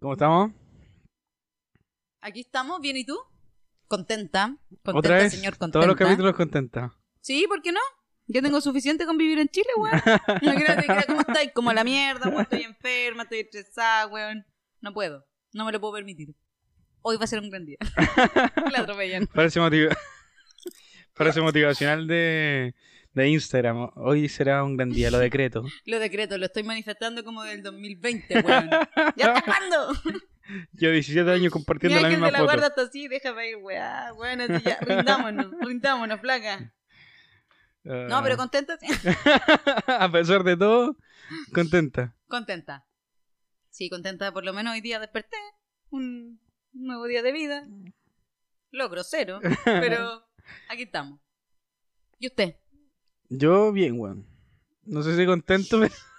¿Cómo estamos? Aquí estamos, bien, ¿y tú? Contenta, ¿Otra contenta, vez? señor, contenta. Todos los capítulos contenta. Sí, ¿por qué no? Yo tengo suficiente con vivir en Chile, weón. No quiero decir, ¿cómo estáis? Como la mierda, weón, estoy enferma, estoy estresada, weón. No puedo, no me lo puedo permitir. Hoy va a ser un gran día. La atropellan. Parece motivacional de Instagram. Hoy será un gran día, lo decreto. Lo decreto, lo estoy manifestando como del 2020, weón. ¿Ya está cuándo? Yo 17 años compartiendo Mi la ángel misma de la foto. guarda está así, déjame ir, weón. Bueno, así ya, rindámonos, flaca. No, pero contenta, sí. A pesar de todo, contenta. Contenta. Sí, contenta, por lo menos hoy día desperté. Un nuevo día de vida. Logro cero, pero aquí estamos. ¿Y usted? Yo bien, weón. No sé si contento,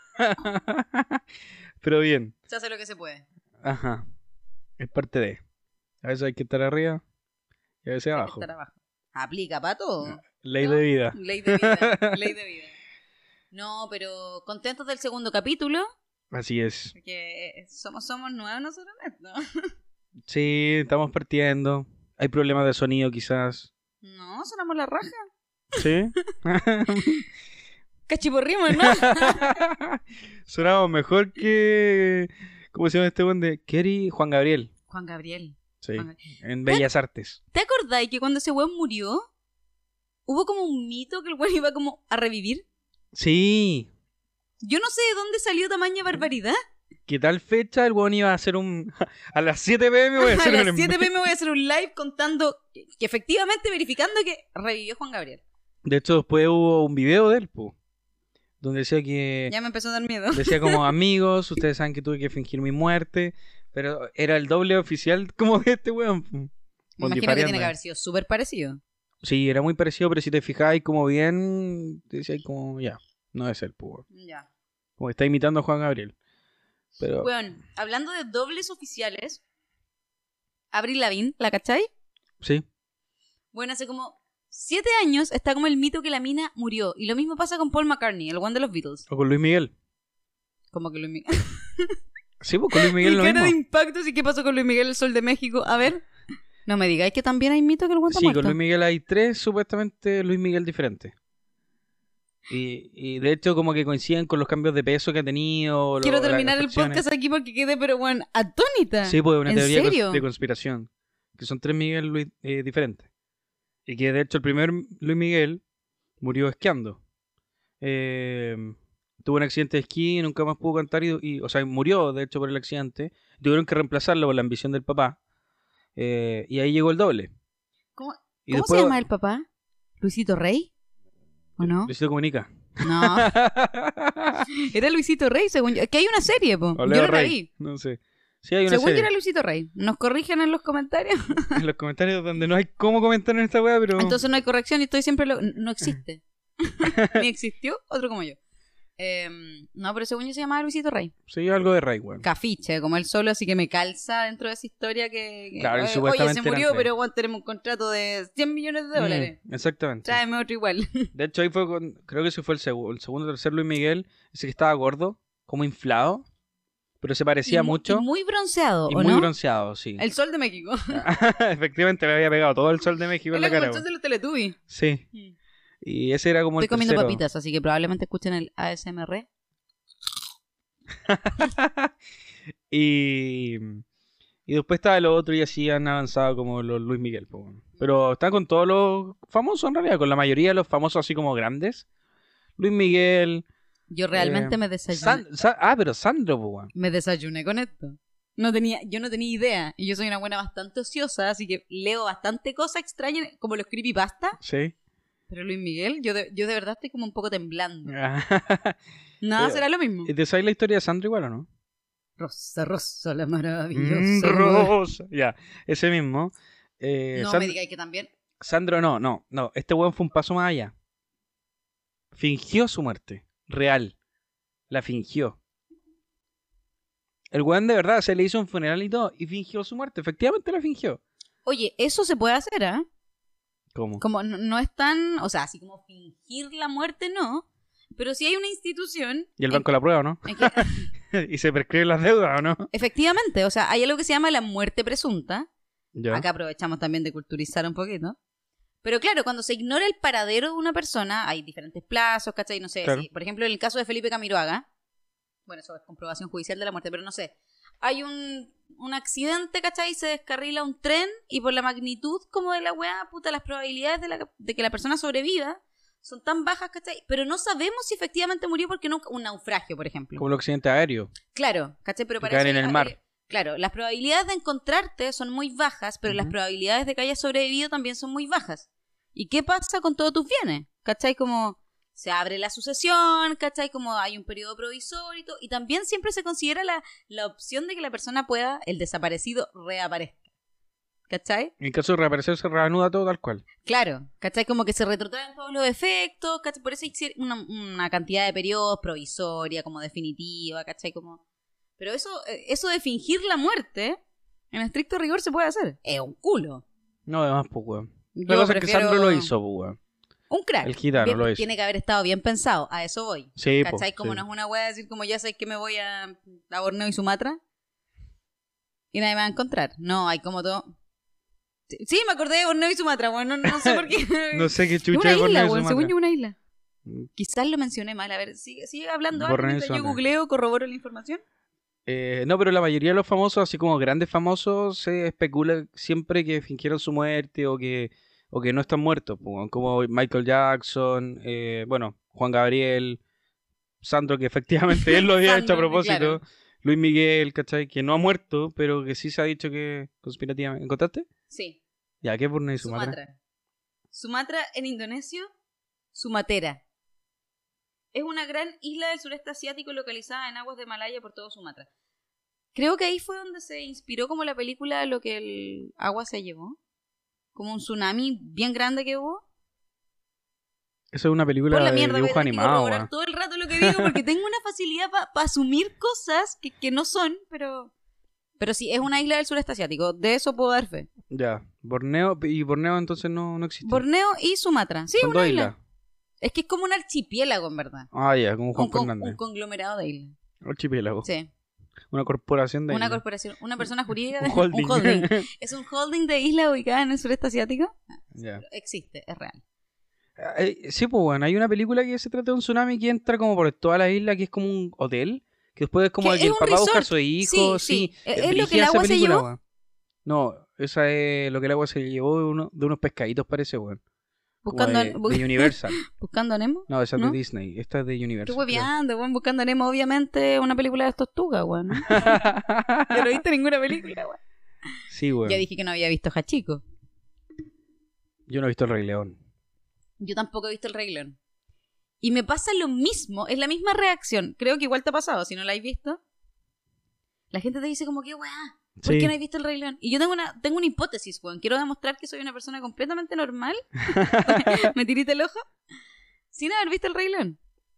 pero bien. Se hace lo que se puede. Ajá. Es parte de. A veces hay que estar arriba y a veces Hay que abajo. estar abajo. Aplica para todo. Ley ¿no? de vida. Ley de vida. Ley de vida. No, pero contentos del segundo capítulo. Así es. Porque somos nuevos nosotros, ¿no? Sí, estamos partiendo. Hay problemas de sonido quizás. No, sonamos la raja. ¿Sí? Cachiporrimos, ¿no? Sonamos mejor que... ¿Cómo se llama este buen de Kerry? Juan Gabriel. Juan Gabriel. Sí, Juan... en Bellas Artes. ¿Te acordáis que cuando ese weón murió, hubo como un mito que el weón iba como a revivir? Sí. Yo no sé de dónde salió tamaña barbaridad. ¿Qué tal fecha? El weón iba a hacer un... A las 7 p.m. voy a hacer a las 7 p.m. voy a hacer un live contando, que efectivamente verificando que revivió Juan Gabriel. De hecho, después hubo un video de él, po, donde decía que... Ya me empezó a dar miedo. Decía como, amigos, ustedes saben que tuve que fingir mi muerte, pero era el doble oficial como de este weón. Me imagino que tiene que haber sido súper parecido. Sí, era muy parecido, pero si te fijáis como bien, decía como, ya, no es él, pues. Ya. Como que está imitando a Juan Gabriel. Pero... Bueno, hablando de dobles oficiales, Avril Lavigne, ¿la cachai? Sí. Bueno, hace como 7 años está como el mito que la mina murió. Y lo mismo pasa con Paul McCartney, el one de los Beatles. O con Luis Miguel. Como que Luis Miguel. Sí, pues con Luis Miguel Mi lo cara mismo. de impacto, sí, ¿qué pasó con Luis Miguel, el Sol de México? A ver. No me digáis que también hay mito que el one está Sí, muerto. con Luis Miguel hay 3 supuestamente Luis Miguel diferentes. Y de hecho como que coinciden con los cambios de peso que ha tenido. Quiero las terminar el facciones. podcast aquí porque quedé, pero bueno, atónita. Sí, pues una ¿En teoría serio? de conspiración. Que son 3 Miguel Luis, diferentes. Y que de hecho el primer Luis Miguel murió esquiando. Tuvo un accidente de esquí y nunca más pudo cantar. O sea, murió de hecho por el accidente. Tuvieron que reemplazarlo por la ambición del papá. Y ahí llegó el doble. ¿Cómo Y se después, llama el papá? ¿Luisito Rey? ¿O no? Luisito Comunica. No. Era Luisito Rey, según yo. Que hay una serie, po. O Yo Leo no la Rey. vi. No sé. Sí, hay una Según yo serie. era Luisito Rey. Nos corrigen en los comentarios. En los comentarios donde no hay cómo comentar en esta weá, pero... Entonces no hay corrección y estoy siempre... No existe. Ni existió otro como yo. No, pero según yo se llamaba Luisito Rey. Sí, algo de Rey, weón. Cafiche, como él solo, así que me calza dentro de esa historia que Claro, y oye, supuestamente se murió, eran tres. pero bueno, tenemos un contrato de 100 millones de dólares. Exactamente. Tráeme otro igual. De hecho, ahí fue creo que ese fue el segundo o tercer Luis Miguel, ese que estaba gordo, como inflado, pero se parecía mucho. Y muy bronceado, Y ¿o muy no? bronceado, sí. El Sol de México. Efectivamente, le había pegado todo el sol de México en la Era como cara. el Sol de los Teletubbies. Sí. Y ese era como Estoy el comiendo tercero. papitas, así que probablemente escuchen el ASMR. y después estaba el otro y así han avanzado como los Luis Miguel. Po. Pero están con todos los famosos en realidad, con la mayoría de los famosos así como grandes. Luis Miguel. Yo realmente me desayuné. Pero Sandro, po, weón. Me desayuné con esto. Yo no tenía idea. Y yo soy una buena bastante ociosa, así que leo bastante cosas extrañas, como los creepypasta. Sí. Pero Luis Miguel, yo de verdad estoy como un poco temblando. Nada, será lo mismo. ¿Te sabes la historia de Sandro igual o no? Rosa, Rosa, la maravillosa. Rosa. Ya, ese mismo. No me digáis que también. Sandro, no. Este weón fue un paso más allá. Fingió su muerte. Real. La fingió. El weón de verdad se le hizo un funeral y todo y fingió su muerte. Efectivamente la fingió. Oye, eso se puede hacer, ¿ah? ¿Cómo? Como no es tan... O sea, así como fingir la muerte, no. Pero si hay una institución... Y el banco la prueba, ¿no? en que, Y se prescriben las deudas, ¿o no? efectivamente, o sea, hay algo que se llama la muerte presunta. Ya. Acá aprovechamos también de culturizar un poquito. Pero claro, cuando se ignora el paradero de una persona, hay diferentes plazos, ¿cachai? No sé, Claro. si, por ejemplo, en el caso de Felipe Camiroaga, bueno, eso es comprobación judicial de la muerte, pero no sé, hay un accidente, ¿cachai? Se descarrila un tren y por la magnitud como de la weá, puta, las probabilidades de que la persona sobreviva son tan bajas, ¿cachai? Pero no sabemos si efectivamente murió porque no, un naufragio, por ejemplo. Como el accidente aéreo. Claro, ¿cachai? Pero Que para caen eso en el mar. claro, las probabilidades de encontrarte son muy bajas, pero las Ujú. probabilidades de que hayas sobrevivido también son muy bajas. ¿Y qué pasa con todos tus bienes? ¿Cachai? Como se abre la sucesión, ¿cachai? Como hay un periodo provisorio y todo. Y también siempre se considera la opción de que la persona pueda, el desaparecido, reaparezca. ¿Cachai? En caso de reaparecer, se reanuda todo tal cual. Claro, ¿cachai? Como que se retrotraen todos los efectos, ¿cachai? Por eso hay una cantidad de periodos provisoria, como definitiva, ¿cachai? Como... Pero eso de fingir la muerte, en estricto rigor se puede hacer. Es un culo. No, además, pues, weón. Yo La cosa es que prefiero- Sandro lo hizo, pues, weón. Un crack. El gitano Bien, lo hizo. tiene que haber estado bien pensado, a eso voy. Sí, ¿Cachai? po, Como sí. no es una wea de decir como ya sé que me voy a Borneo y Sumatra y nadie me va a encontrar. No, hay como todo... Sí, me acordé de Borneo y Sumatra, bueno, no sé por qué. No sé qué Es chucha una es isla, Borneo y weón, según Sumatra. yo una isla. Mm. Quizás lo mencioné mal, a ver, sigue hablando algo Borneo y mientras yo Sumatra. googleo, corroboro la información. No, pero la mayoría de los famosos, así como grandes famosos, se especula siempre que fingieron su muerte o que no están muertos, pues, weón. Como Michael Jackson, bueno, Juan Gabriel, Sandro, que efectivamente él lo había hecho a Sandro, propósito, claro. Luis Miguel, ¿cachai? Que no ha muerto, pero que sí se ha dicho que conspirativamente. ¿Encontraste? Sí, Ya, ¿qué es Borneo y Sumatra? Sumatra. Sumatra en indonesio, Sumatera. Es una gran isla del sureste asiático localizada en aguas de Malaya por todo Sumatra. Creo que ahí fue donde se inspiró como la película Lo que el agua se llevó. Como un tsunami bien grande que hubo. Eso es una película Por la de mierda, voy a dibujo tener que animado, corroborar weón. todo el rato lo que digo porque tengo una facilidad para asumir cosas que no son, pero sí, es una isla del sureste asiático. De eso puedo dar fe. Ya, Borneo, y Borneo entonces no existe. Borneo y Sumatra. Sí, Son una dos isla. islas. Es que es como un archipiélago, en verdad. Ah, ya, como Juan Un Fernández. conglomerado de islas. Archipiélago. Sí. Una corporación de Una islas. corporación, una persona jurídica. Un holding. Un holding. Es un holding de isla ubicada en el sureste asiático. Ya. Existe, es real. Sí, pues bueno, hay una película que se trata de un tsunami que entra como por toda la isla, que es como un hotel, que después es como Que de que es el un papá busca a resort. su hijo, Sí, sí. sí. ¿Es lo que el brígida esa agua se película, llevó? weón. No, esa es lo que el agua se llevó de unos pescaditos, parece, weón. Como Buscando, de Universal. buscando a Nemo. No, esa es ¿No? de Disney. Esta es de Estoy Universal. hueveando, weón. Buscando a Nemo, obviamente, una película de estos tugas, weón. ¿No? Yo no he visto ninguna película, weón. Sí, weón. Ya dije que no había visto Hachiko. Yo no he visto El Rey León. Yo tampoco he visto El Rey León. Y me pasa lo mismo, es la misma reacción. Creo que igual te ha pasado, si no la has visto. La gente te dice como que, weá, ¿por Sí. qué no has visto El Rey León? Y yo tengo una hipótesis, weón. Quiero demostrar que soy una persona completamente normal. ¿Me tiriste el ojo? Sin haber visto El Rey León.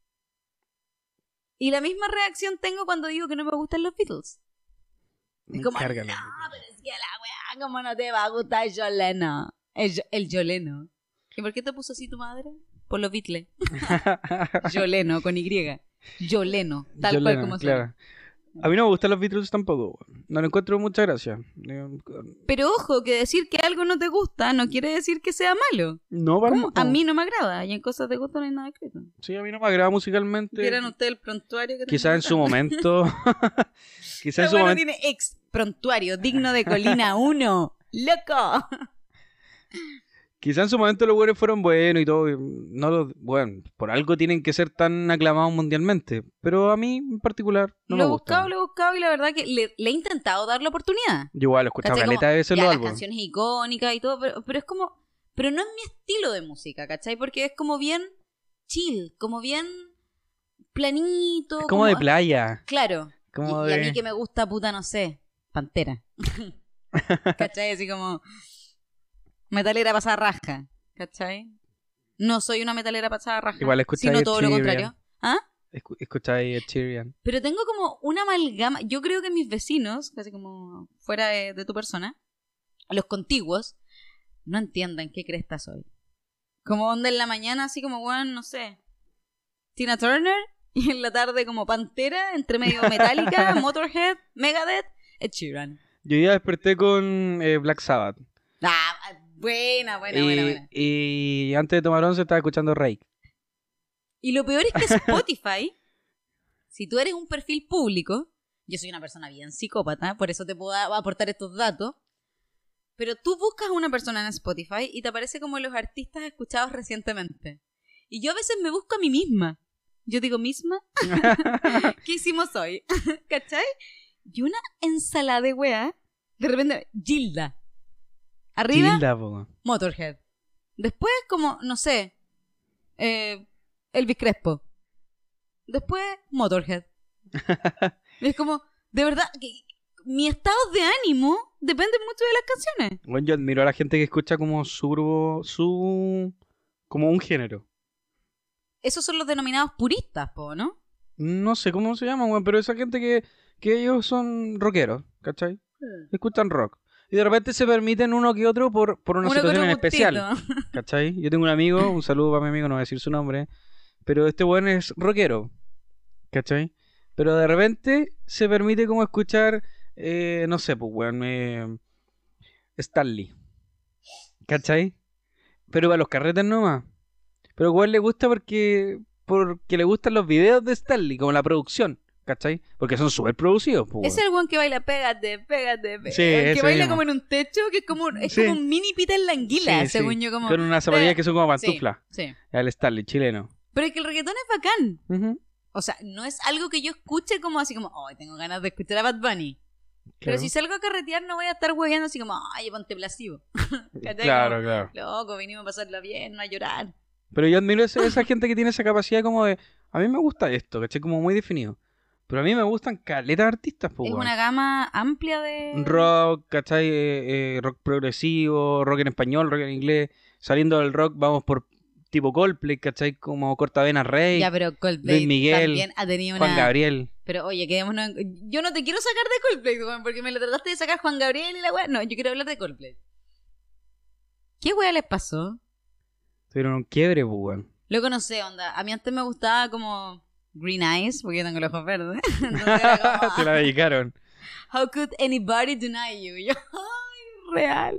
Y la misma reacción tengo cuando digo que no me gustan los Beatles. Es como, Cárgalo. no, pero es que la weá, ¿cómo no te va a gustar Yoleno? El Yoleno. ¿Y por qué te puso así tu madre? Por los Beatles. Yoleno, con Y. Yoleno, tal Yo cual le- como claro. A mí no me gustan los Beatles tampoco, weón. No le encuentro mucha gracia. Pero ojo, que decir que algo no te gusta no quiere decir que sea malo. No, para ¿Cómo? nada. A mí no me agrada. Y en cosas de gusto no hay nada escrito. Sí, a mí no me agrada musicalmente. ¿Vieran ustedes el prontuario que Quizás en su momento. Quizás en Pero su bueno, momento. tiene ex prontuario, digno de Colina 1. ¡Loco! Quizás en su momento los güeyes fueron buenos y todo. Bueno, por algo tienen que ser tan aclamados mundialmente. Pero a mí en particular no me Lo he gusta. buscado y la verdad que le he intentado dar la oportunidad. Yo igual he escuchado ¿Cachai? caleta Como, de veces ya, los las álbumes. canciones icónicas y todo, pero es como... Pero no es mi estilo de música, ¿cachai? Porque es como bien chill, como bien planito. Es como de playa. Claro. Como Y a de... mí que me gusta, puta, no sé, Pantera. ¿Cachai? Así como... Metalera pasada raja, ¿cachai? No soy una metalera pasada raja. Igual escucháis sino Ed todo lo Sheeran. contrario. ¿Ah? Escucháis Ed Sheeran. Pero tengo como una amalgama. Yo creo que mis vecinos, casi como fuera de tu persona, los contiguos, no entiendan qué cresta soy. Como onda en la mañana, así como, bueno, no sé. Tina Turner, y en la tarde como Pantera, entre medio Metallica, Motorhead, Megadeth, Ed Sheeran. Yo ya desperté con Black Sabbath. Ah, buena. Y antes de tomar once estaba escuchando Rake. Y lo peor es que Spotify, si tú eres un perfil público, yo soy una persona bien psicópata, por eso te puedo aportar estos datos, pero tú buscas a una persona en Spotify y te aparece como los artistas escuchados recientemente. Y yo a veces me busco a mí misma. Yo digo, ¿misma? ¿Qué hicimos hoy? ¿Cachai? Y una ensalada de weá, de repente, Gilda. Arriba, Gilda, po. Motorhead. Después, como, no sé, Elvis Crespo. Después, Motorhead. Es como, de verdad, mi estado de ánimo depende mucho de las canciones. Bueno, yo admiro a la gente que escucha como como un género. Esos son los denominados puristas, ¿no? No sé cómo se llaman, weón, pero esa gente que ellos son rockeros, ¿cachai? Escuchan rock. Y de repente se permiten uno que otro por una situación en especial. ¿Cachai? Yo tengo un amigo, un saludo para mi amigo, no voy a decir su nombre, pero este weón es rockero. ¿Cachai? Pero de repente se permite como escuchar, no sé, pues weón, Stanley. ¿Cachai? Pero para los carretes nomás. Pero igual le gusta porque le gustan los videos de Stanley, como la producción, ¿cachai? Porque son súper producidos, pues. Es el weón que baila pégate. Sí, el que baila mismo. como en un techo, que es como un mini Peter Languila, Sí, según sí. yo. Como, con unas zapatillas que son como pantuflas. Sí. El Stanley, chileno. Pero es que el reggaetón es bacán. Uh-huh. O sea, no es algo que yo escuche como así como, ay, tengo ganas de escuchar a Bad Bunny. Pero Claro. si salgo a carretear no voy a estar hueveando así como, ay, ponte placebo. Claro, claro. Loco, vinimos a pasarla bien, no a llorar. Pero yo admiro esa gente que tiene esa capacidad como de, a mí me gusta esto, ¿cachai? Como muy definido. Pero a mí me gustan caletas de artistas, pues. Es una gama amplia de... Rock, ¿cachai? Rock progresivo, rock en español, rock en inglés. Saliendo del rock vamos por tipo Coldplay, ¿cachai? Como Cortavenas Rey, Ya, pero Coldplay Luis Miguel, también ha tenido Juan Gabriel. Pero oye, quedémonos yo no te quiero sacar de Coldplay, weón, porque me lo trataste de sacar Juan Gabriel y la weá. No, yo quiero hablar de Coldplay. ¿Qué weá les pasó? Tuvieron un quiebre, pues, weón. Luego no sé, onda. A mí antes me gustaba como Green Eyes, porque yo tengo los ojos verdes. Entonces era como, Te la dedicaron. How could anybody deny you? Y yo, ay, real.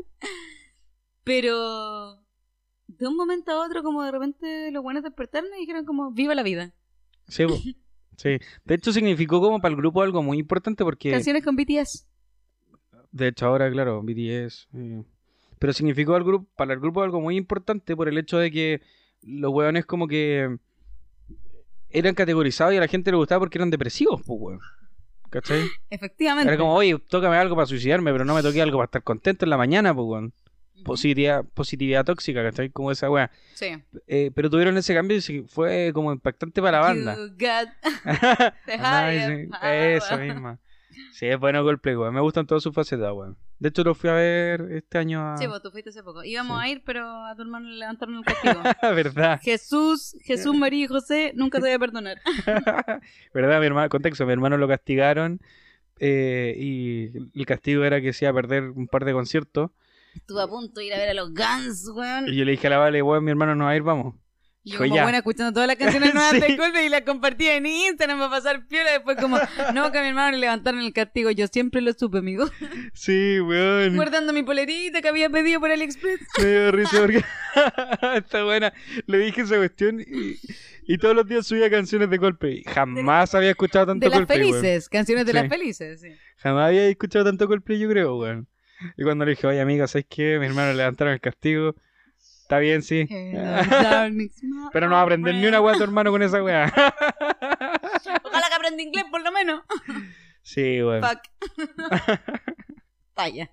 Pero de un momento a otro, como de repente los buenos despertaron y dijeron como, viva la vida. Sí, po. Sí. De hecho, significó como para el grupo algo muy importante porque... Canciones con BTS. De hecho, ahora, claro, BTS. Pero significó para el grupo algo muy importante por el hecho de que los weones como que eran categorizados y a la gente le gustaba porque eran depresivos, pues, weón. ¿Cachai? Efectivamente. Era como, oye, tócame algo para suicidarme, pero no me toque algo para estar contento en la mañana, pues, weón. Positividad tóxica, ¿cachai? Como esa weá. Sí. Pero tuvieron ese cambio y fue como impactante para la banda. You got the Amazing. higher Esa power. misma. Sí, es bueno Coldplay, weón. Me gustan todas sus facetas, weón. De hecho, lo fui a ver este año a... Sí, vos tú fuiste hace poco. Íbamos Sí. a ir, pero a tu hermano le levantaron el castigo. ¿Verdad? Jesús, María y José, nunca te voy a perdonar. ¿Verdad? Mi hermano, contexto, mi hermano lo castigaron y el castigo era que se iba a perder un par de conciertos. Estuve a punto de ir a ver a los Guns, weón. Y yo le dije a la Vale, weón, mi hermano no va a ir, vamos. Y Dijo, yo como ya. buena escuchando todas las canciones nuevas Sí. de Coldplay y las compartía en Instagram para pasar piola. Después como, no, que a mi hermano le levantaron el castigo. Yo siempre lo supe, amigo. Sí, weón. Guardando mi polerita que había pedido por AliExpress. Me dio risa porque está buena. Le dije esa cuestión y todos los días subía canciones de Coldplay. Jamás había escuchado tanto De las Coldplay, weón. felices, canciones de Sí. las felices, sí. Jamás había escuchado tanto Coldplay, yo creo, weón. Y cuando le dije, oye, amiga, ¿sabes qué? Mi hermano le levantaron el castigo. Está bien, sí. Pero no va a aprender ni una weá tu hermano con esa weá. Ojalá que aprenda inglés por lo menos. Sí, weón. Fuck. Vaya.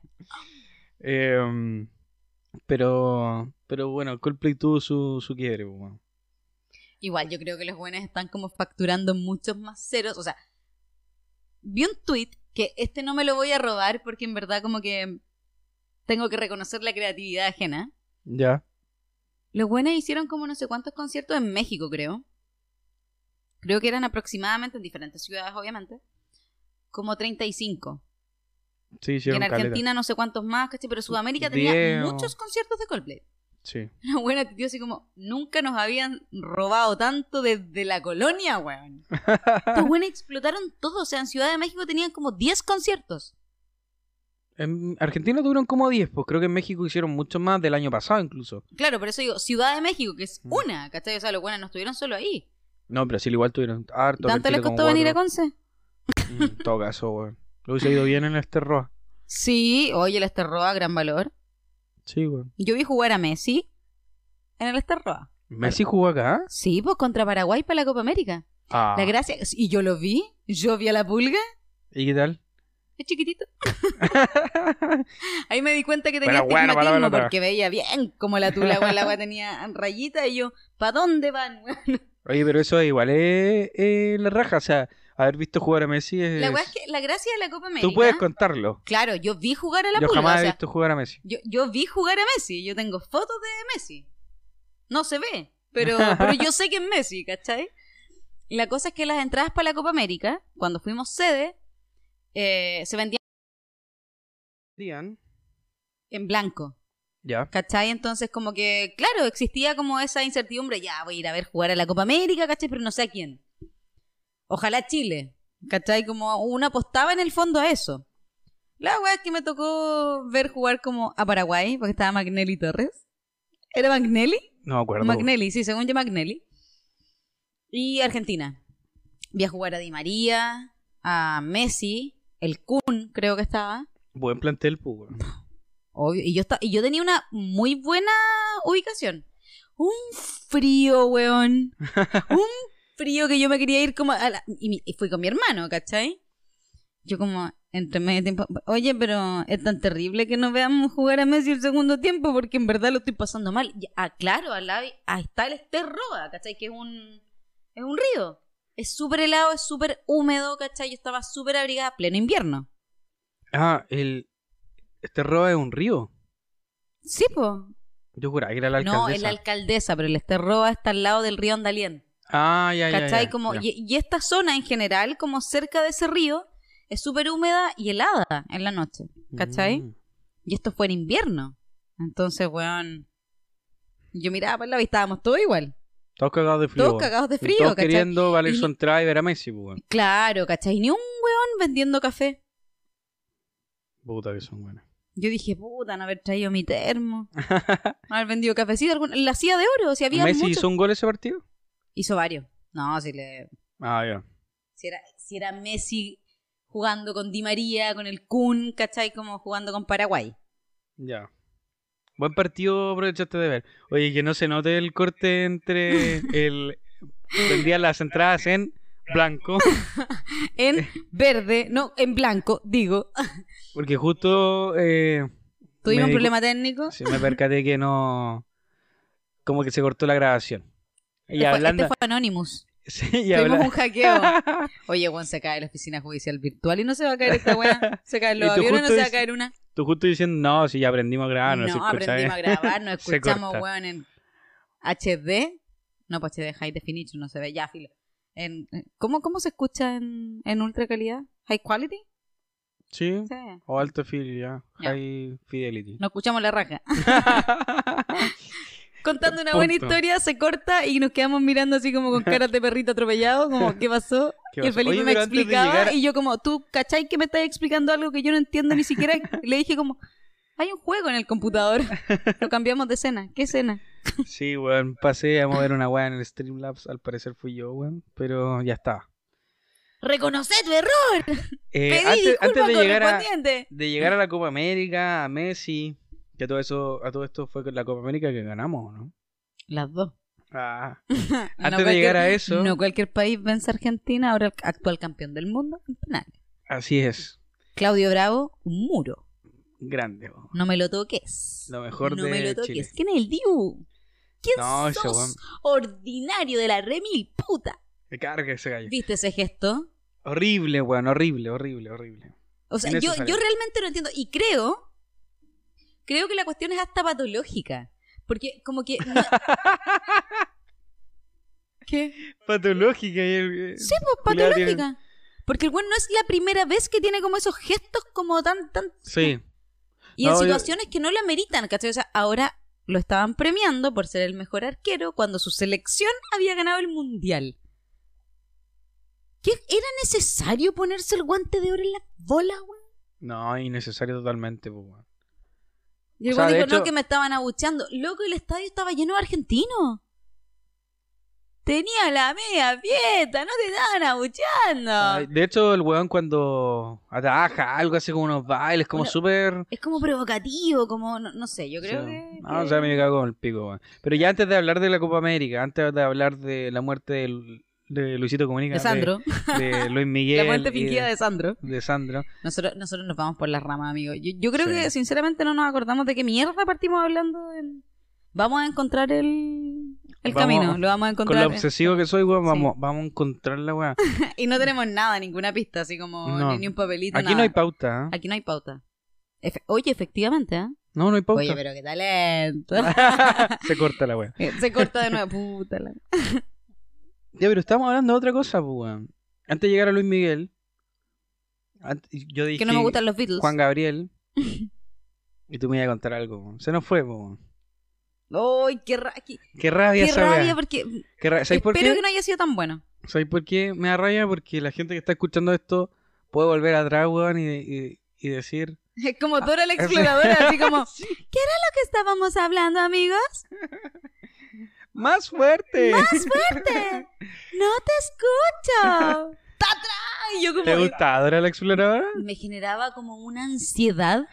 Pero bueno, Coldplay tuvo su quiebre, weón. Igual, yo creo que los jóvenes están como facturando muchos más ceros. O sea, vi un tweet que este no me lo voy a robar porque en verdad como que tengo que reconocer la creatividad ajena. Ya. Los buenos hicieron como no sé cuántos conciertos en México, creo. Creo que eran aproximadamente en diferentes ciudades, obviamente. Como 35. Sí, Y hicieron en caleta. Argentina no sé cuántos más, ¿cachai? Pero Sudamérica tenía 10 o- muchos conciertos de Coldplay. Sí. Una buena tío así como, nunca nos habían robado tanto desde la colonia, weón. Estos buenos explotaron todo. O sea, en Ciudad de México tenían como 10 conciertos. En Argentina tuvieron como 10, pues creo que en México hicieron mucho más del año pasado incluso. Claro, por eso digo, Ciudad de México, que es una, ¿cachai? O sea, los buenos no estuvieron solo ahí. No, Brasil igual tuvieron harto. ¿Tanto les costó venir a Conce? En todo caso, weón. Lo hubiese ido bien en el Esterroa. Sí, oye, el Esterroa, gran valor. Sí, weón. Yo vi jugar a Messi en el Esterroa. ¿Messi jugó acá? Sí, pues contra Paraguay para la Copa América. Ah. La gracia, y yo lo vi, yo vi a la Pulga. ¿Y qué tal? Es chiquitito. Ahí me di cuenta que tenía Pero bueno, estigmatismo para. porque veía bien como la tula, weón, la agua tenía rayita y yo, ¿pa' dónde van, weón? Oye, pero eso igual es la raja, o sea, haber visto jugar a Messi es... La weá es que la gracia de la Copa América... Tú puedes contarlo. Claro, yo vi jugar a la Yo Pulga. jamás O sea, he visto jugar a Messi. yo vi jugar a Messi, yo tengo fotos de Messi. No se ve, pero yo sé que es Messi, ¿cachai? La cosa es que las entradas para la Copa América, cuando fuimos sede, se vendían Dian. en blanco. Ya. ¿Cachai? Entonces como que, claro, existía como esa incertidumbre, ya voy a ir a ver jugar a la Copa América, ¿cachai? Pero no sé a quién. Ojalá Chile, ¿cachai? Como uno apostaba en el fondo a eso. La weá es que me tocó ver jugar como a Paraguay, porque estaba Magnelli Torres. ¿Era Magnelli? No me acuerdo. Magnelli, sí, según yo Magnelli. Y Argentina. Vi a jugar a Di María, a Messi, el Kun creo que estaba. Buen plantel, pues, weón. Obvio. Y yo tenía una muy buena ubicación. Un frío, weón. Un frío que yo me quería ir como y fui con mi hermano, ¿cachai? Yo como entre medio tiempo, oye, pero es tan terrible que no veamos jugar a Messi el segundo tiempo porque en verdad lo estoy pasando mal. Claro, al lado ahí está el Esterroa, ¿cachai? Que es un río. Es súper helado, es súper húmedo, ¿cachai? Yo estaba súper abrigada, pleno invierno. Ah, Esterroa es un río. Sí, po. Yo juraba que era la alcaldesa. No, es la alcaldesa, pero el Esterroa está al lado del río Andalién. Ah, ya. ¿Cachai? Como, ya. y esta zona en general, como cerca de ese río, es súper húmeda y helada en la noche. ¿Cachai? Y esto fue en invierno. Entonces, weón, yo miraba para el lado y estábamos todos igual. Todos cagados de frío. Todos cagados de frío, todos ¿cachai? queriendo valer Y su entrada y ver a Messi, pues, weón. Claro, ¿cachai? Ni un weón vendiendo café. Puta que son buenas. Yo dije, puta, no haber traído mi termo. No haber vendido cafecito. La silla de oro, si había ¿Messi mucho. hizo un gol ese partido? Hizo varios. No, si le... Ah, ya. Si era Messi jugando con Di María, con el Kun, ¿cachai? Como jugando con Paraguay. Ya. Buen partido aprovechaste de ver. Oye, que no se note el corte entre el... Vendían las entradas en blanco. En verde, no, en blanco, digo. Porque justo... ¿Tuvimos un problema técnico? Sí, me percaté que no... Como que se cortó la grabación. Y Este fue Anonymous. Sí, y Tuvimos un hackeo. Oye, Juan, se cae la oficina judicial virtual y no se va a caer esta weá. Se caen los Y tú aviones, no justo se va a caer una. Tú justo diciendo, no, si ya aprendimos a grabar, no se escucha aprendimos bien. a grabar, nos Se escuchamos, corta. weón, en HD. No, pues HD High Definition, no se ve. Ya, filo. ¿Cómo se escucha en ultra calidad? ¿High quality? Sí, Sí. o alto fidelidad, Ya. high fidelity. No escuchamos la raja. Contando una buena Punto. historia, se corta y nos quedamos mirando así como con caras de perrito atropellado, como ¿qué pasó? ¿Qué Y el pasó? Felipe Oye, me pero antes de explicaba llegar a- y yo como, ¿tú cachai que me estás explicando algo que yo no entiendo ni siquiera? Y le dije como, hay un juego en el computador. Lo cambiamos de escena. ¿Qué escena? Sí, weón, pasé a mover una weá en el Streamlabs, al parecer fui yo, weón, pero ya está. ¡Reconoce tu error! Pedí Antes disculpas de llegar correspondientes. a la Copa América, a Messi, que a todo esto fue con la Copa América que ganamos, ¿no? Las dos. Ah, No antes de llegar a eso, No cualquier país vence a Argentina, ahora el actual campeón del mundo en penales. así es, Claudio Bravo, un muro. grande, weón. No me lo toques. Lo mejor no de me lo toques. Chile. ¿Quién es el Diu? ¿Quién No, ese sos? weón. Ordinario de la remil puta. Me carga ese gallo. ¿Viste ese gesto? Horrible, weón, horrible. O sea, yo Innecesario. realmente no entiendo. Y creo que la cuestión es hasta patológica. Porque como que... no- ¿Qué? Patológica. Y Sí, pues Culeado patológica. Porque el güey no es la primera vez que tiene como esos gestos como tan... Sí. Y en No, situaciones que no la meritan, ¿cachai? O sea, ahora lo estaban premiando por ser el mejor arquero cuando su selección había ganado el mundial. ¿Qué? ¿Era necesario ponerse el guante de oro en la bola, weón? No, innecesario totalmente, pues, weón. Y el O sea, weón de dijo, hecho- no, que me estaban abucheando. Loco, el estadio estaba lleno de argentinos. Tenía la media abierta, no te estaban abucheando. Ay, de hecho, el weón cuando ataja algo, hace como unos bailes, como Una- súper... Es como provocativo, como, no sé, yo creo Sí. que... No, o sea, me cago con el pico, weón. Pero ya antes de hablar de la Copa América, antes de hablar de la muerte de Luisito Comunica, De Sandro. de Luis Miguel, La muerte y fingida de Sandro. de Sandro. Nosotros nos vamos por las ramas, amigo. Yo creo Sí. que sinceramente no nos acordamos de qué mierda partimos hablando. Vamos a encontrar el Vamos- camino, lo vamos a Con encontrar. lo obsesivo que soy, weón, Sí. vamos a encontrar la weá. Y no tenemos nada, ninguna pista, así como No. ni un papelito, Aquí nada. no hay pauta, ¿eh? Aquí no hay pauta. Oye, efectivamente, ¿eh? No, no hay pauta. Oye, pero qué talento. Se corta la weá. Se corta de nuevo, puta la... Ya, pero estamos hablando de otra cosa, pues, weón. Antes de llegar a Luis Miguel, yo dije Que no me gustan los Beatles. Juan Gabriel. Y tú me ibas a contar algo, weón. Se nos fue, pues, weón. ¡Ay, qué Qué rabia qué esa weá. rabia! Porque Qué rabia. ¿Sabes por espero qué? que no haya sido tan bueno. ¿Sabes por qué me da rabia? Porque la gente que está escuchando esto puede volver atrás, weón, y decir... Es como Dora la exploradora, así como... Sí. ¿Qué era lo que estábamos hablando, amigos? ¡Más fuerte! ¡Más fuerte! ¡No te escucho! ¡Tatra! Y yo como... ¿Te gusta Dora la exploradora? Me generaba como una ansiedad.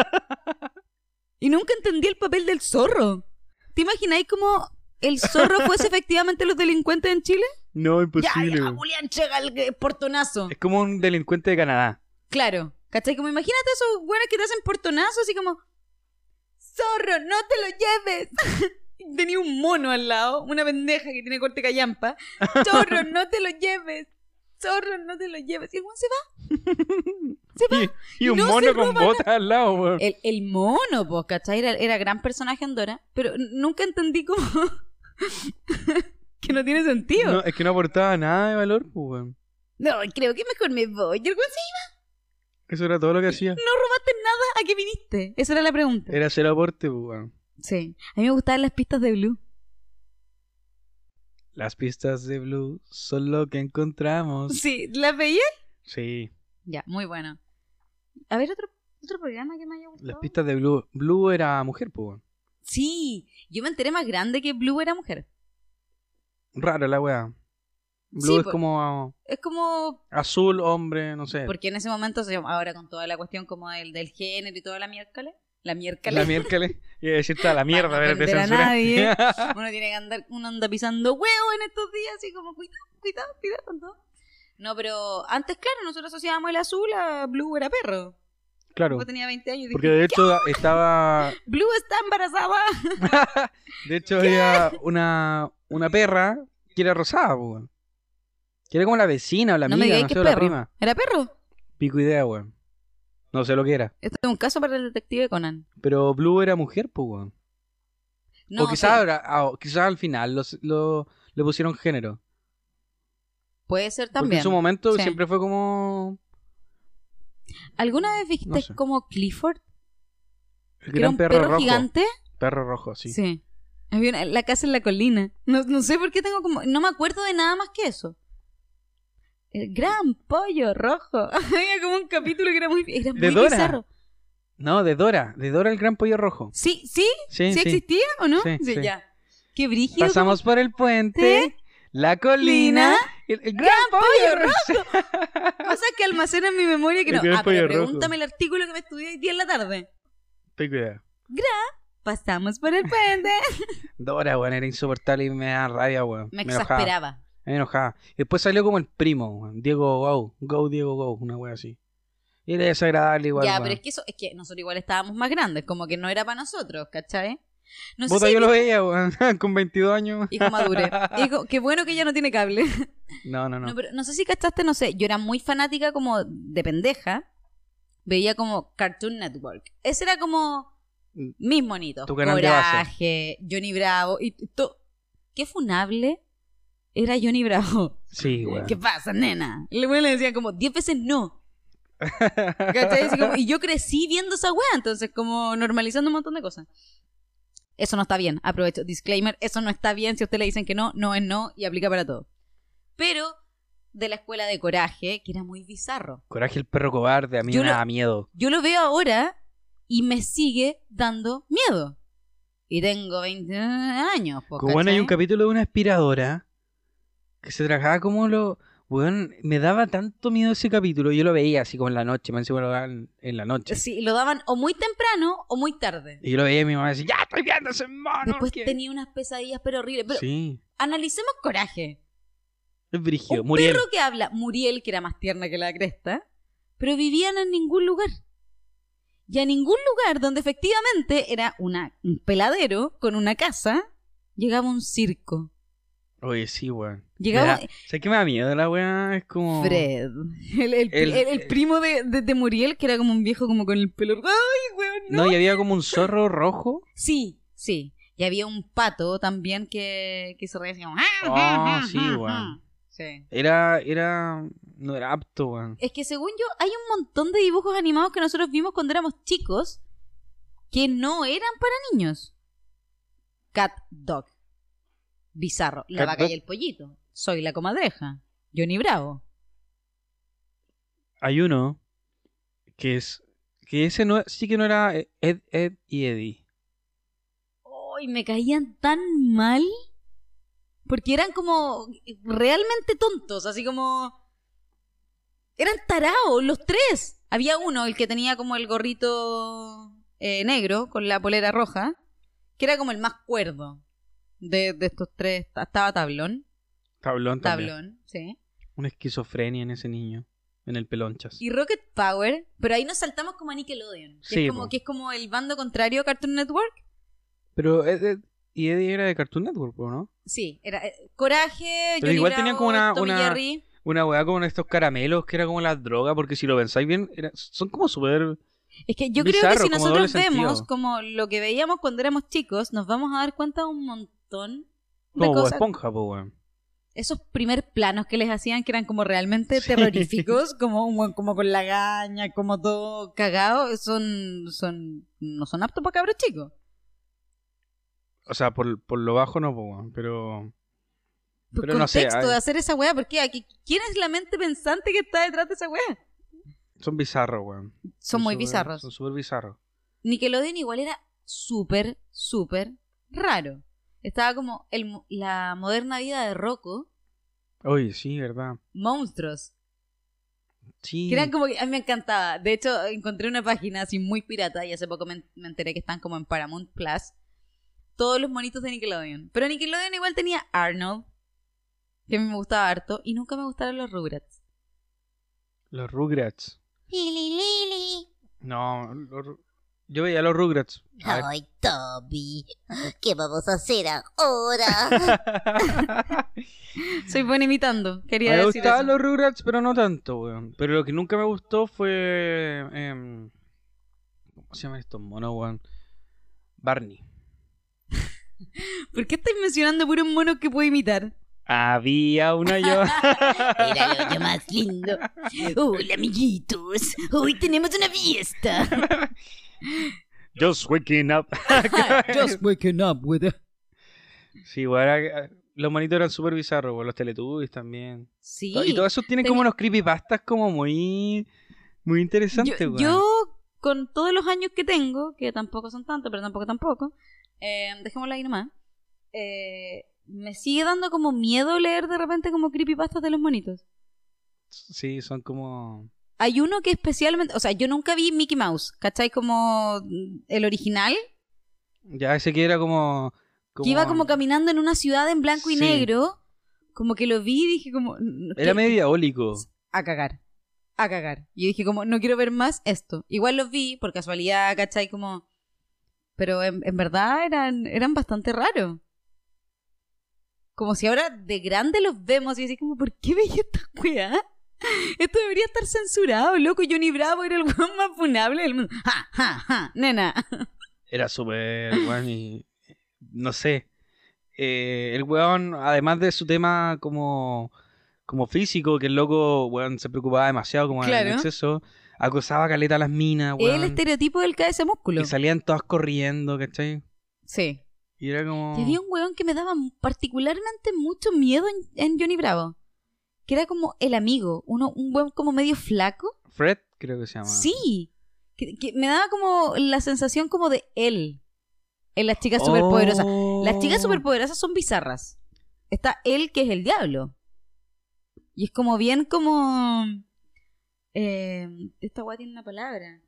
Y nunca entendí el papel del zorro. ¿Te imagináis como el zorro fuese efectivamente los delincuentes en Chile? No, Ya, imposible. ya, weón. Julián, llega el portonazo. Es como un delincuente de Canadá. Claro, ¿cachai? Como imagínate esos güeyes que te hacen portonazo, así como... ¡Zorro, no te lo lleves! Tenía un mono al lado, una pendeja que tiene corte callampa. ¡Zorro, no te lo lleves! ¡Zorro, no te lo lleves! Y el güey se va. Y un No se mono con roban botas al lado, weón. El mono, pues, ¿cachai? Era gran personaje en Dora, pero nunca entendí cómo... que no tiene sentido. No, es que no aportaba nada de valor, pues, weón. No, creo que mejor me voy. Y el güey se Eso era todo lo que hacía. no robaste nada, ¿a qué viniste? Esa era la pregunta. Era hacer aporte, pues, weón. Sí. A mí me gustaban las pistas de Blue. Las pistas de Blue son lo que encontramos. Sí, ¿las veías? Sí, Ya, muy bueno. A ver, otro programa que me haya gustado. las pistas de Blue. Blue era mujer, pues, weón. Sí, yo me enteré más grande que Blue era mujer. Raro la weá. Blue Sí, es pues. como Es como... azul, hombre, no sé. Porque en ese momento, ahora con toda la cuestión como del género y toda la miércoles, la miércoles, La miércoles. Iba a decir toda la mierda, Para no a ver, de ofender a censura. nadie. uno tiene que andar, uno anda pisando huevo en estos días, así como cuidado con todo. No, pero antes, claro, nosotros asociábamos el azul a Blue era perro. Claro. Yo tenía 20 años y Porque dije, de hecho estaba. Blue está embarazada. De hecho había una perra que era rosada, pues, weón. Que era como la vecina o la No me amiga, digáis no que sé, es o la perro. prima. ¿Era perro? Pico idea, weón. No sé lo que era. Esto es un caso para el detective Conan. Pero Blue era mujer, pues, weón. No, o quizás, sí, ahora, quizás al final le pusieron género. puede ser Porque también. en su momento Sí. siempre fue como ¿Alguna vez viste No sé. como Clifford? el Que era gran un perro perro rojo. gigante. Perro rojo, sí. Había la casa en la colina. No sé por qué tengo como... No me acuerdo de nada más que eso. El gran pollo rojo. Había como un capítulo que era muy ¿De Dora? bizarro. No, de Dora el gran pollo rojo. ¿Sí? Sí, ¿Sí sí. existía o no? Sí, sí. ya. Qué brígido. Pasamos por el puente, la colina, el gran pollo rojo. Cosas que almacenan en mi memoria que El no. gran Pero pollo rojo. pregúntame el artículo que me estudié hoy día en la tarde. Ten cuidado. Pasamos por el puente. Dora, weón, era insoportable y me da rabia, weón. Me enojaba. exasperaba. Me enojaba. Y después salió como el primo, weón. Diego Go, Diego Go, una wea así. Y era desagradable igual, Ya, weón. pero es que nosotros igual estábamos más grandes, como que no era para nosotros, ¿cachai? No sé Puta, si yo lo veía, weón, con 22 años. hijo madure. Hijo, qué bueno que ya no tiene cable. No. No, pero no sé si cachaste, no sé. Yo era muy fanática como de pendeja. Veía como Cartoon Network. Ese era como mis monitos. Tu canal de base. Coraje, Johnny Bravo y todo. Qué funable era Johnny Bravo. Sí, weón. ¿Qué pasa, nena? Y luego le decían como 10 veces no. ¿Cachai? Así como- y yo crecí viendo esa wea, entonces como normalizando un montón de cosas. Eso no está bien. Aprovecho. Disclaimer, eso no está bien. Si a usted le dicen que no, no es no y aplica para todo. Pero de la escuela de Coraje, que era muy bizarro. Coraje el perro cobarde, a mí me daba miedo. Yo lo veo ahora y me sigue dando miedo. Y tengo 20 años. Como bueno, hay un capítulo de una aspiradora que se trabajaba como lo... Bueno, me daba tanto miedo ese capítulo. Yo lo veía así como en la noche. Me encima lo daban en la noche. Sí, lo daban o muy temprano o muy tarde. Y yo lo veía y mi mamá decía, ¡ya estoy viendo ese mono! Después tenía unas pesadillas pero horribles. Pero sí. Analicemos Coraje. Es brígido. Un Muriel. perro que habla, Muriel, que era más tierna que la cresta, pero vivían en ningún lugar. Y a ningún lugar donde efectivamente era un peladero con una casa, llegaba un circo. Oye, sí, weón. Llegaba... ¿Sabes qué me da miedo la weá? Es como... Fred. El primo de Muriel, que era como un viejo como con el pelo... ¡Ay, weón! No, y había como un zorro rojo. Sí, sí. Y había un pato también que se reía así como... Oh, sí, weón. Sí. No era apto, weón. Es que según yo, hay un montón de dibujos animados que nosotros vimos cuando éramos chicos que no eran para niños. Cat Dog. Bizarro. La vaca y el pollito. Soy la comadreja. Johnny Bravo. Hay uno que es... Que ese no, sí que no era Ed y Eddie. ¡Ay, me caían tan mal! Porque eran como realmente tontos, así como... Eran taraos, los tres. Había uno, el que tenía como el gorrito negro con la polera roja, que era como el más cuerdo de estos tres. Estaba Tablón. Tablón, sí. Una esquizofrenia en ese niño, en el pelonchas. Y Rocket Power, pero ahí nos saltamos como a Nickelodeon. Sí, que es como el bando contrario a Cartoon Network. Pero y Eddie era de Cartoon Network, ¿no? Sí, era Coraje, pero Johnny igual Bravo, tenía como Tom y Jerry. una weá como estos caramelos que era como la droga, porque si lo pensáis bien, son como súper... Es que yo creo que si nosotros vemos como lo que veíamos cuando éramos chicos, nos vamos a dar cuenta de un montón de como cosas. Esponja, po, weón. Esos primer planos que les hacían que eran como realmente terroríficos, como con la gaña, como todo cagado, no son aptos para cabros chicos. O sea, por lo bajo no, po, weón, pero Pero no sé. De hacer esa weá, ¿por qué? ¿Quién es la mente pensante que está detrás de esa weá? Son bizarros, weón. Son muy bizarros. Son súper bizarros. Nickelodeon igual era súper, súper raro. Estaba como la moderna vida de Rocco. Oye, sí, verdad. Monstruos. Sí. Que eran como que a mí me encantaba. De hecho, encontré una página así muy pirata y hace poco me enteré que están como en Paramount Plus. Todos los monitos de Nickelodeon. Pero Nickelodeon igual tenía Arnold, que a mí me gustaba harto, y nunca me gustaron los Rugrats. Los Rugrats. Lili. No, yo veía los Rugrats. Ay, Toby, ¿qué vamos a hacer ahora? Soy buena imitando, quería me decir eso. gustaban los Rugrats, pero no tanto, weón. Pero lo que nunca me gustó fue... ¿cómo se llaman estos monos, weón? Barney. ¿Por qué estáis mencionando puros monos que puedo imitar? Había una yo. Era lo más lindo. Hola, amiguitos. Hoy tenemos una fiesta. Just waking up. Just waking up with it. Sí, weón. Los monitos eran súper bizarros, weón. Los Teletubbies también. Sí. Y todos esos tienen como unos creepypastas como muy... Muy interesantes, weón. Yo, con todos los años que tengo, que tampoco son tantos, pero tampoco, dejémoslo ahí nomás, me sigue dando como miedo leer de repente como creepypastas de los monitos. Sí, son como... Hay uno que especialmente... O sea, yo nunca vi Mickey Mouse, ¿cachai? Como el original. Ya, ese que era como... Que iba como caminando en una ciudad en blanco y negro. Como que lo vi y dije como... Era medio diabólico. A cagar. Y dije como, no quiero ver más esto. Igual los vi, por casualidad, ¿cachai? Como... Pero en verdad eran bastante raros. Como si ahora de grande los vemos y así como, ¿por qué veía esta weá? Esto debería estar censurado, loco. Johnny Bravo era el weón más funable del mundo. ¡Ja, nena! Era súper, weón, y... No sé. El weón, además de su tema como físico, que el loco, weón, se preocupaba demasiado como en exceso, acosaba caleta a las minas, weón. El estereotipo del KS músculo. Y salían todas corriendo, ¿cachai? Sí. Y era como... Y había un weón que me daba particularmente mucho miedo en Johnny Bravo. Que era como el amigo. Un weón como medio flaco. Fred, creo que se llama. Sí. Que me daba como la sensación como de él. En las chicas superpoderosas. Las chicas superpoderosas son bizarras. Está él, que es el diablo. Y es como bien como... esta weá tiene una palabra.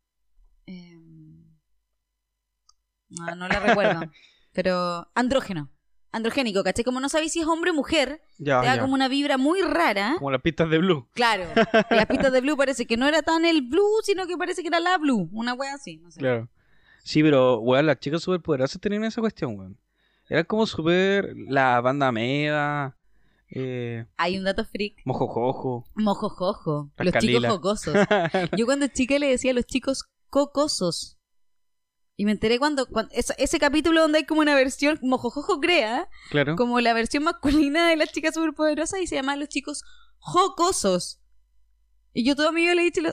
No la recuerdo. Pero andrógeno. Androgénico, ¿cachai? Como no sabéis si es hombre o mujer, Ya, te da ya. como una vibra muy rara. Como las pistas de Blue. Claro. En las pistas de Blue parece que no era tan el Blue, sino que parece que era la Blue. Una wea así, no sé. Claro. Sí, pero, weón, las chicas superpoderosas tenían esa cuestión, weón. Eran como super... La banda Ameda... Hay un dato freak. Mojojojo. Mojojojo. Las Los Calila. chicos jocosos. Yo cuando chica le decía a los chicos cocosos. Y me enteré cuando ese capítulo donde hay como una versión, Mojojojo crea, Claro. como la versión masculina de las chicas superpoderosas y se llaman los chicos jocosos. Y yo toda mi vida le dije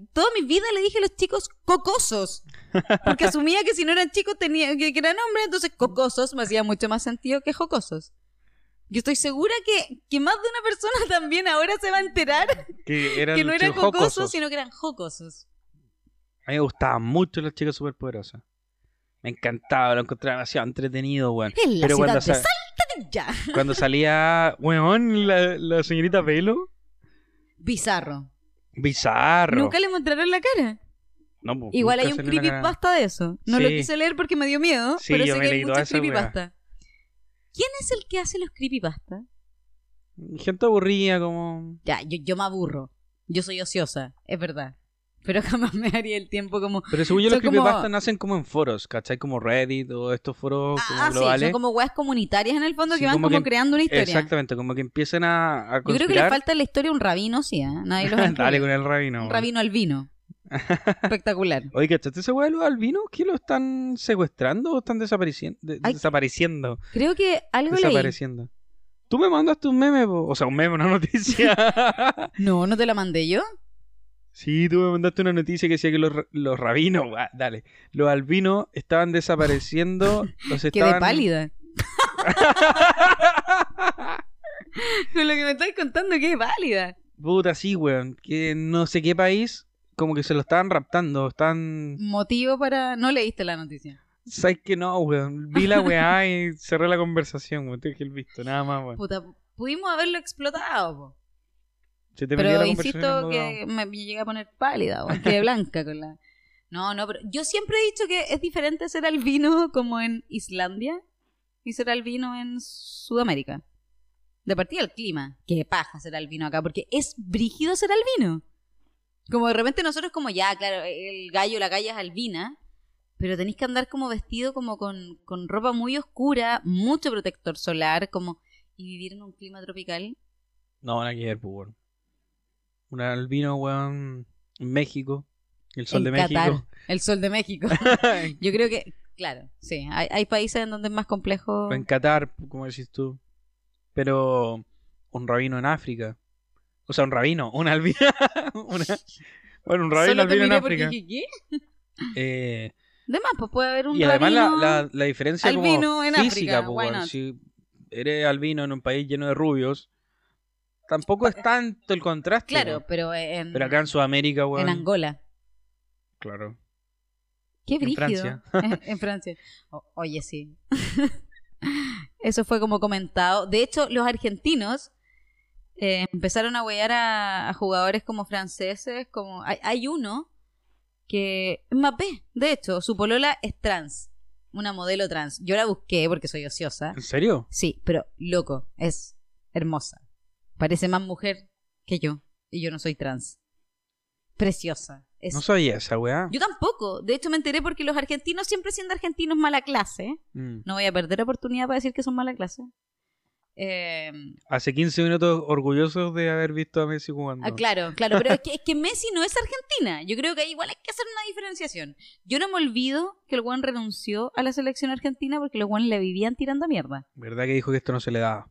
a los chicos cocosos. Porque asumía que si no eran chicos que eran hombres, entonces cocosos me hacía mucho más sentido que jocosos. Yo estoy segura que más de una persona también ahora se va a enterar Que eran que no los eran chicos jocosos, jocosos. sino que eran jocosos. A mí me gustaban mucho las chicas superpoderosas. Me encantaba, lo encontraba demasiado entretenido, weón. En la Pero ciudad cuando, de Saltadilla. cuando salía, weón, la señorita Velo, Bizarro. bizarro. Nunca le mostraron la cara. No, pues, Igual nunca hay un salió la cara. creepypasta de eso. No lo Sí. quise leer porque me dio miedo, Sí, pero yo sé me que leí hay toda muchos esa weá. creepypasta. ¿Quién es el que hace los creepypasta? Gente aburrida, como... Ya, yo me aburro. Yo soy ociosa, es verdad. Pero jamás me haría el tiempo como... Pero según yo, los Son como- creepypastas nacen como en foros, ¿cachai? Como Reddit o estos foros como sí, globales. son como weas comunitarias en el fondo Sí, que van como como que- creando una historia. Exactamente, como que empiezan a Yo creo que le conspirar. falta en la historia un rabino, sí, ¿eh? Nadie los incluye. Dale con el rabino. Un weón. rabino albino. Espectacular. Oye, ¿cachaste ese weón de los albinos? ¿Que lo están secuestrando o están desapareciendo? Ay. Desapareciendo. Creo que algo leí. Desapareciendo. Tú me mandaste un meme, po. O sea, un meme, una noticia. No, no te la mandé yo. Sí, tú me mandaste una noticia que decía que los rabinos, dale, los albinos estaban desapareciendo. Los Quedé estaban... pálida. Con lo que me estás contando, quedé pálida. Puta, sí, weón. Que no sé qué país, como que se lo estaban raptando. Están... Motivo para... No leíste la noticia. ¿Sabes que no, weón? Vi la weá y cerré la conversación, weón. Te dejé el visto, nada más, weón. Puta, pudimos haberlo explotado, po. Se te perdió Pero la conversación insisto en que me llegué a poner pálida, o quedé blanca con la... No, pero yo siempre he dicho que es diferente ser albino como en Islandia y ser albino en Sudamérica. De partida el clima. Qué paja ser albino acá, porque es brígido ser albino. Como de repente nosotros como ya, claro, el gallo, la galla es albina, pero tenéis que andar como vestido como con ropa muy oscura, mucho protector solar, como y vivir en un clima tropical. No, nada que ver, pues, weón. Un albino, weón, en México. El sol de En Qatar, México. el sol de México. Yo creo que, claro, sí, hay países en donde es más complejo. O en Qatar, como decís tú. Pero un rabino en África. O sea, un rabino, un albino. Bueno, un rabino Solo te albino en miré porque África. dije, ¿qué? Eh, De más, pues puede haber un y además rabino la diferencia albino como en física, África, pues, why weón. not? Si eres albino en un país lleno de rubios, tampoco es tanto el contraste. Claro, weón. pero en, Pero acá en Sudamérica, weón. en Angola. Claro. Qué En brígido. Francia. En Francia. Oye, sí. Eso fue como comentado. De hecho, los argentinos empezaron a huear a jugadores como franceses. Como hay uno que... Mbappé, de hecho, su polola es trans. Una modelo trans. Yo la busqué porque soy ociosa. ¿En serio? Sí, pero loco, es hermosa. Parece más mujer que yo. Y yo no soy trans. Preciosa. Es... No sabía esa weá. Yo tampoco. De hecho, me enteré porque los argentinos, siempre siendo argentinos mala clase, Mm. no voy a perder oportunidad para decir que son mala clase. Hace 15 minutos orgullosos de haber visto a Messi jugando. Claro, pero es que Messi no es Argentina. Yo creo que ahí igual hay que hacer una diferenciación. Yo no me olvido que el Juan renunció a la selección argentina porque los Juan le vivían tirando mierda. ¿Verdad que dijo que esto no se le daba?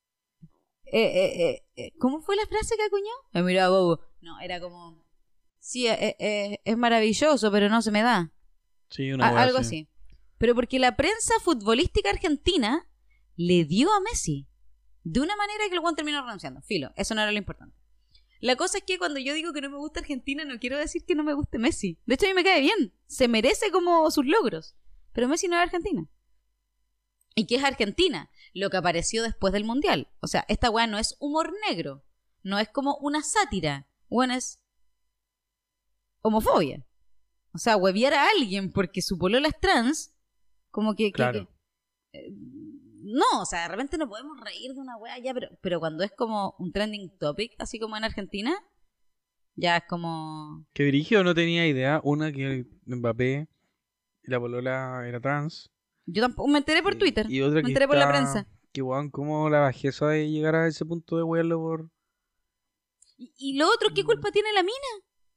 ¿Cómo fue la frase que acuñó? Mira, bobo. No, era como... Sí, es maravilloso, pero no se me da. Sí, una weá Algo así. pero porque la prensa futbolística argentina le dio a Messi de una manera que el weón terminó renunciando. Filo, eso no era lo importante. La cosa es que cuando yo digo que no me gusta Argentina, no quiero decir que no me guste Messi. De hecho, a mí me cae bien. Se merece como sus logros. Pero Messi no es Argentina. ¿Y qué es Argentina? Lo que apareció después del Mundial. O sea, esta weá no es humor negro. No es como una sátira. Weón, es homofobia. O sea, huevear a alguien porque su polola es trans, como que... Claro. No, o sea, de repente no podemos reír de una wea ya, pero cuando es como un trending topic, así como en Argentina, ya es como... Que dirigió no tenía idea. Una, que Mbappé y la polola era trans. Yo tampoco me enteré por Twitter, Y otra me que enteré por la está- prensa. Que weón, cómo la bajeza de llegar a ese punto de wearlo por... Y lo otro, ¿qué culpa tiene la mina?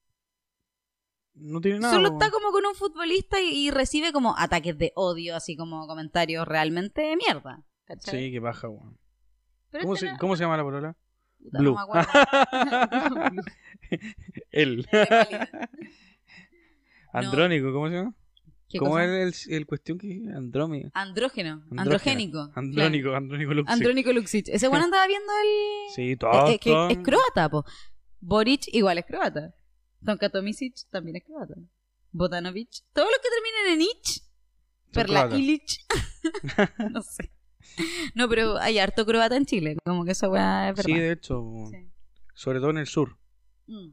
No tiene nada. Solo po. está como con un futbolista y recibe como ataques de odio, así como comentarios realmente de mierda. ¿Cachai? Sí, que baja, weón. Pero ¿Cómo, este se, no- ¿Cómo se llama la polola? Puta, Blue. no me acuerdo. Blue. Él. De calidad. Andrónico, ¿cómo se llama? ¿Qué ¿Cómo cosa? es el cuestión que Andrómeda? Andrógeno. Andrógena. Androgénico. Andrónico, Claro. Andrónico Luxic. Andrónico Luxic. Ese bueno andaba viendo el... Sí, todo. Es que es croata, po. Boric igual es croata. Tonka Tomisic también es croata. Botanovic. Todos los que terminen en ich. Perla croatas. Ilic. No sé. No, pero hay harto croata en Chile. Como que esa weá es verdad. Sí, de hecho. Sí. Sobre todo en el sur. Mm.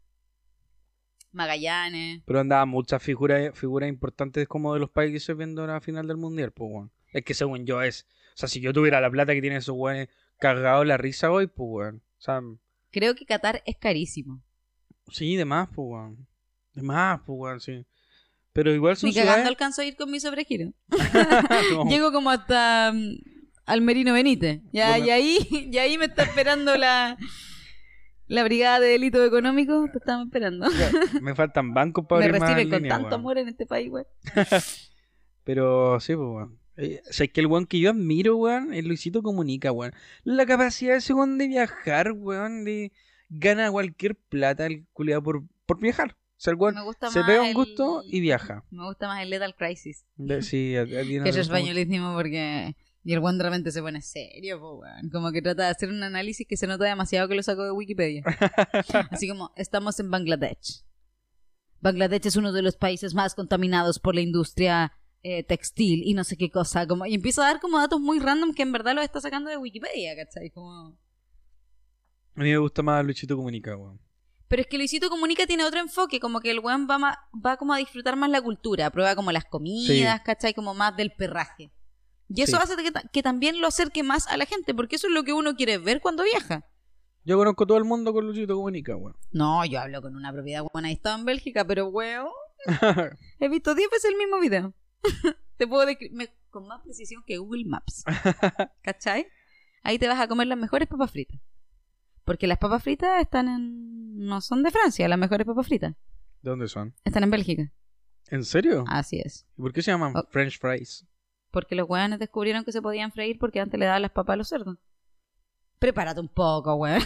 Magallanes. Pero andaban muchas figuras importantes como de los países viendo la final del mundial, pues, weón. Es que según yo es. O sea, si yo tuviera la plata que tienen esos weones cargados la risa hoy, pues, weón. O sea, Creo que Qatar es carísimo. sí, de más, pues, weón. De más, pues, weón, sí. Pero igual son Ni cagando ciudades. alcanzo a ir con mi sobregiro. No. Llego como hasta Almerino Benítez. Ya, Bueno. y ahí me está esperando la brigada de delitos económicos. Te estamos esperando. Me faltan bancos para Me abrir más reciben con líneas, tanto weón. amor en este país, güey. Pero sí, pues, weón. O sea, es que el weón que yo admiro, weón, es Luisito Comunica, weón. La capacidad de ese weón de viajar, weón, de gana cualquier plata el culiado por viajar. O sea, el weón Me gusta se más pega un el- gusto y viaja. Me gusta más el Lethal Crisis. Sí, tiene Que es razón. españolísimo porque... Y el weón de repente se pone serio, po, weón. Como que trata de hacer un análisis que se nota demasiado que lo sacó de Wikipedia. Así como, estamos en Bangladesh. Bangladesh es uno de los países más contaminados por la industria textil y no sé qué cosa. Como, y empieza a dar como datos muy random que en verdad los está sacando de Wikipedia, ¿cachai? Como... A mí me gusta más Luisito Comunica, weón. Pero es que Luisito Comunica tiene otro enfoque, como que el weón va como a disfrutar más la cultura, prueba como las comidas, Sí. ¿cachai? Como más del perraje. Y eso Sí. hace que también lo acerque más a la gente, porque eso es lo que uno quiere ver cuando viaja. Yo conozco todo el mundo con Luisito Comunica, weón. No, yo hablo con una propiedad buena y estaba en Bélgica, pero weón, he visto 10 veces el mismo video. Te puedo describir con más precisión que Google Maps. ¿Cachai? Ahí te vas a comer las mejores papas fritas. Porque las papas fritas no son de Francia, las mejores papas fritas. ¿De dónde son? Están en Bélgica. ¿En serio? Así es. ¿Y por qué se llaman Oh. French fries? Porque los weones descubrieron que se podían freír porque antes le daban las papas a los cerdos. Prepárate un poco, weón.